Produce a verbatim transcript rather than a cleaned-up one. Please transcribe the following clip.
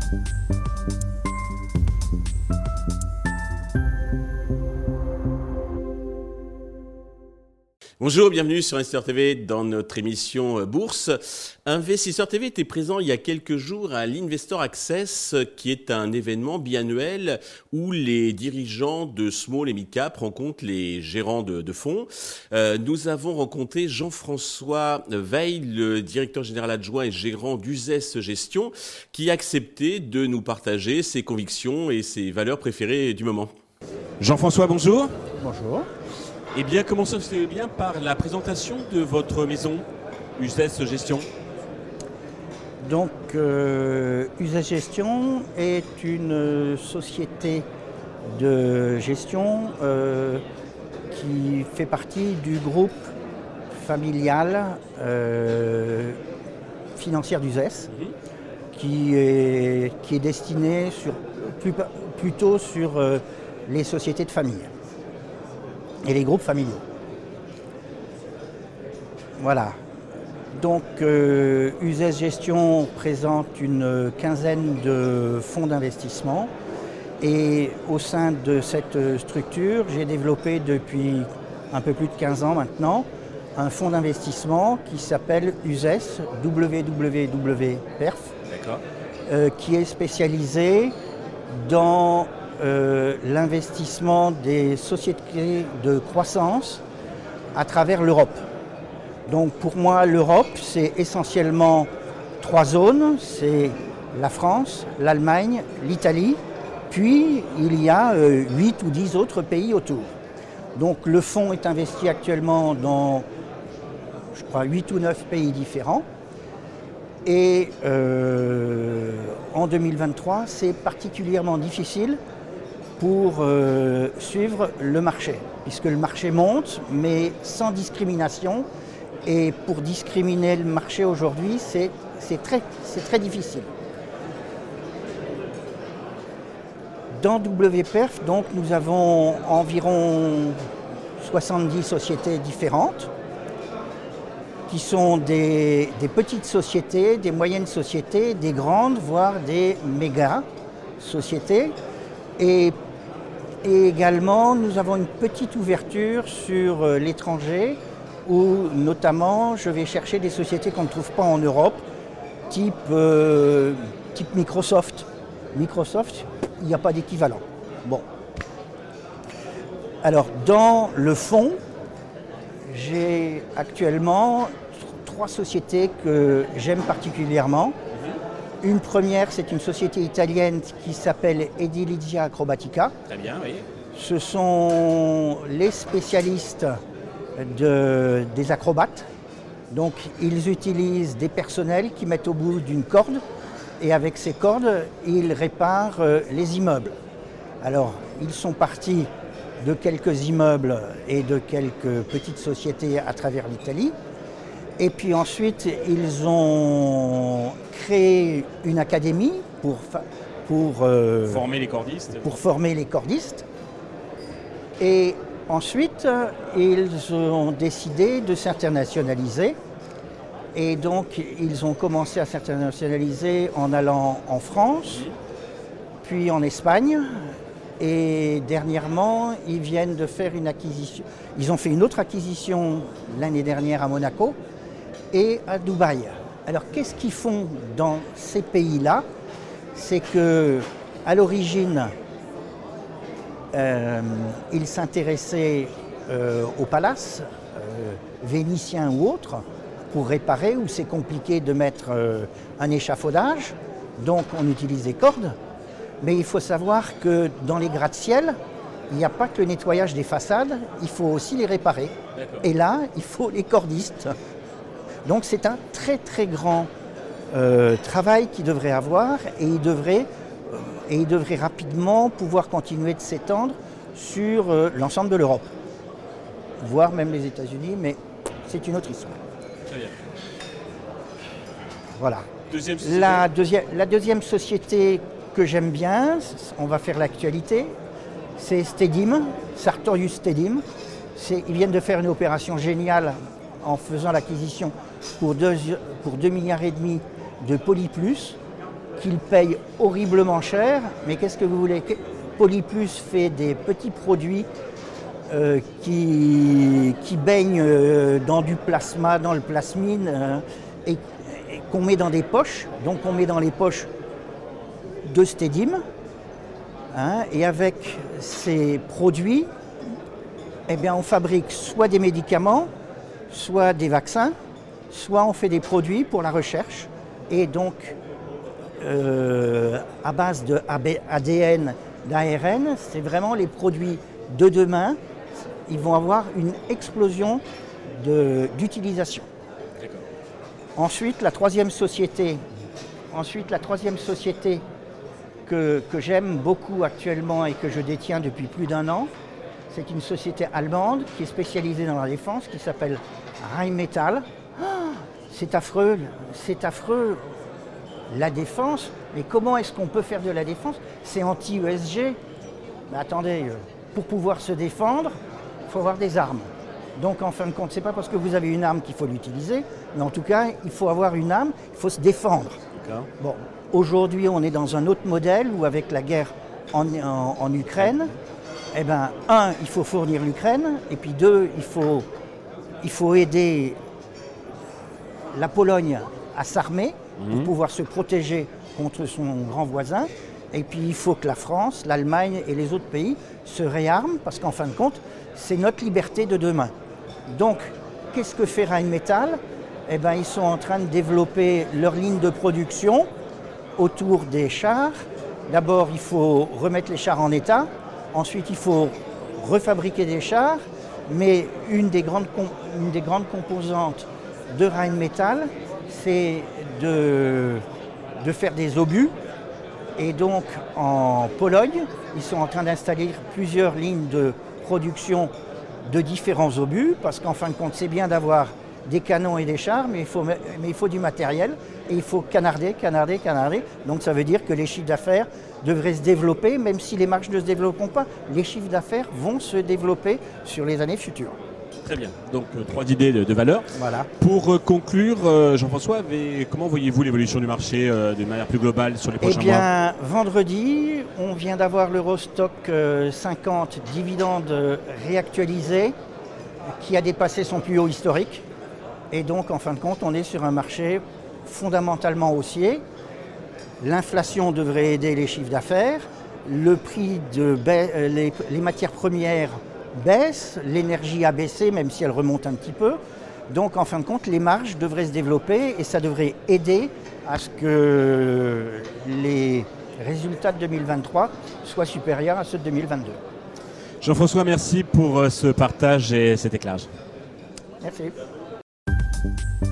Bonjour, bienvenue sur Investisseur T V dans notre émission Bourse. Investisseur T V était présent il y a quelques jours à l'Investor Access, qui est un événement biannuel où les dirigeants de small et mid cap rencontrent les gérants de, de fonds. Euh, nous avons rencontré Jean-François Veil, le directeur général adjoint et gérant d'U Z E S Gestion, qui a accepté de nous partager ses convictions et ses valeurs préférées du moment. Jean-François, bonjour. Bonjour. Eh bien, commençons bien par la présentation de votre maison, U Z E S Gestion. Donc, euh, U Z E S Gestion est une société de gestion euh, qui fait partie du groupe familial euh, financière d'U Z E S, mmh. qui, est, qui est destiné sur, plus, plutôt sur euh, les sociétés de famille et les groupes familiaux. Voilà. Donc euh, U Z E S Gestion présente une quinzaine de fonds d'investissement et au sein de cette structure, j'ai développé depuis un peu plus de quinze ans maintenant un fonds d'investissement qui s'appelle U Z E S W W W P E R F, euh, qui est spécialisé dans Euh, l'investissement des sociétés de croissance à travers l'Europe. Donc pour moi, l'Europe, c'est essentiellement trois zones, c'est la France, l'Allemagne, l'Italie, puis il y a euh, huit ou dix autres pays autour. Donc le fonds est investi actuellement dans, je crois, huit ou neuf pays différents. Et euh, en deux mille vingt-trois, c'est particulièrement difficile pour euh, suivre le marché, puisque le marché monte, mais sans discrimination. Et pour discriminer le marché aujourd'hui, c'est, c'est, très, c'est très difficile. Dans W P E R F, donc, nous avons environ soixante-dix sociétés différentes, qui sont des, des petites sociétés, des moyennes sociétés, des grandes, voire des méga sociétés. Et Et également, nous avons une petite ouverture sur l'étranger où notamment je vais chercher des sociétés qu'on ne trouve pas en Europe, type, euh, type Microsoft. Microsoft, il n'y a pas d'équivalent. Bon. Alors, dans le fonds, j'ai actuellement trois sociétés que j'aime particulièrement. Une première, c'est une société italienne qui s'appelle Edilizia Acrobatica. Très bien, oui. Ce sont les spécialistes de, des acrobates. Donc, ils utilisent des personnels qui mettent au bout d'une corde et avec ces cordes, ils réparent les immeubles. Alors, ils sont partis de quelques immeubles et de quelques petites sociétés à travers l'Italie. Et puis ensuite, ils ont créé une académie pour, pour, euh, former les cordistes. pour former les cordistes. Et ensuite, ils ont décidé de s'internationaliser. Et donc, ils ont commencé à s'internationaliser en allant en France, mmh. puis en Espagne. Et dernièrement, ils viennent de faire une acquisition. Ils ont fait une autre acquisition l'année dernière à Monaco et à Dubaï. Alors, qu'est-ce qu'ils font dans ces pays-là? C'est que, à l'origine, euh, ils s'intéressaient euh, aux palaces, euh, vénitiens ou autres, pour réparer, où c'est compliqué de mettre euh, un échafaudage. Donc, on utilise des cordes. Mais il faut savoir que dans les gratte-ciel, il n'y a pas que le nettoyage des façades, il faut aussi les réparer. D'accord. Et là, il faut les cordistes. Donc c'est un très très grand euh, travail qu'ils devraient avoir et ils devraient, euh, et ils devraient rapidement pouvoir continuer de s'étendre sur euh, l'ensemble de l'Europe, voire même les États-Unis, mais c'est une autre histoire. Très bien. Voilà. Deuxième société. La, deuxième, la deuxième société que j'aime bien, on va faire l'actualité, c'est Stedim, Sartorius Stedim. C'est, ils viennent de faire une opération géniale en faisant l'acquisition pour deux, pour deux milliards et demi de Polyplus, qu'ils payent horriblement cher. Mais qu'est-ce que vous voulez? Polyplus fait des petits produits euh, qui, qui baignent euh, dans du plasma, dans le plasmine, euh, et, et qu'on met dans des poches. Donc on met dans les poches de Stedin. Hein, et avec ces produits, eh bien, on fabrique soit des médicaments, soit des vaccins, soit on fait des produits pour la recherche. Et donc, euh, à base de A D N, d'A R N, c'est vraiment les produits de demain. Ils vont avoir une explosion d'utilisation. Ensuite, la troisième société, ensuite, la troisième société que, que j'aime beaucoup actuellement et que je détiens depuis plus d'un an, c'est une société allemande qui est spécialisée dans la défense, qui s'appelle Rheinmetall. Oh, c'est affreux, c'est affreux, la défense. Mais comment est-ce qu'on peut faire de la défense? C'est anti-U S G. Mais attendez, pour pouvoir se défendre, il faut avoir des armes. Donc en fin de compte, ce n'est pas parce que vous avez une arme qu'il faut l'utiliser, mais en tout cas, il faut avoir une arme, il faut se défendre. Bon, aujourd'hui, on est dans un autre modèle où avec la guerre en, en, en Ukraine, eh ben, un, il faut fournir l'Ukraine, et puis deux, il faut, il faut aider la Pologne à s'armer pour mmh. pouvoir se protéger contre son grand voisin. Et puis il faut que la France, l'Allemagne et les autres pays se réarment parce qu'en fin de compte, c'est notre liberté de demain. Donc, qu'est-ce que fait Rheinmetall? Eh ben, ils sont en train de développer leur ligne de production autour des chars. D'abord, il faut remettre les chars en état. Ensuite, il faut refabriquer des chars. Mais une des grandes, une des grandes composantes de Rheinmetall, c'est de, de faire des obus. Et donc, en Pologne, ils sont en train d'installer plusieurs lignes de production de différents obus, parce qu'en fin de compte, c'est bien d'avoir des canons et des chars, mais il faut, mais il faut du matériel, et il faut canarder, canarder, canarder. Donc ça veut dire que les chiffres d'affaires devraient se développer, même si les marges ne se développeront pas, les chiffres d'affaires vont se développer sur les années futures. Très bien, donc euh, trois idées de, de valeur. Voilà. Pour euh, conclure, euh, Jean-François, comment voyez-vous l'évolution du marché euh, de manière plus globale sur les prochains mois? Eh bien, mois vendredi, on vient d'avoir l'Eurostock euh, cinquante dividendes réactualisés qui a dépassé son plus haut historique. Et donc, en fin de compte, on est sur un marché fondamentalement haussier. L'inflation devrait aider les chiffres d'affaires. Le prix de ba- les, les matières premières baisse, l'énergie a baissé, même si elle remonte un petit peu. Donc, en fin de compte, les marges devraient se développer et ça devrait aider à ce que les résultats de deux mille vingt-trois soient supérieurs à ceux de deux mille vingt-deux. Jean-François, merci pour ce partage et cet éclairage. Merci.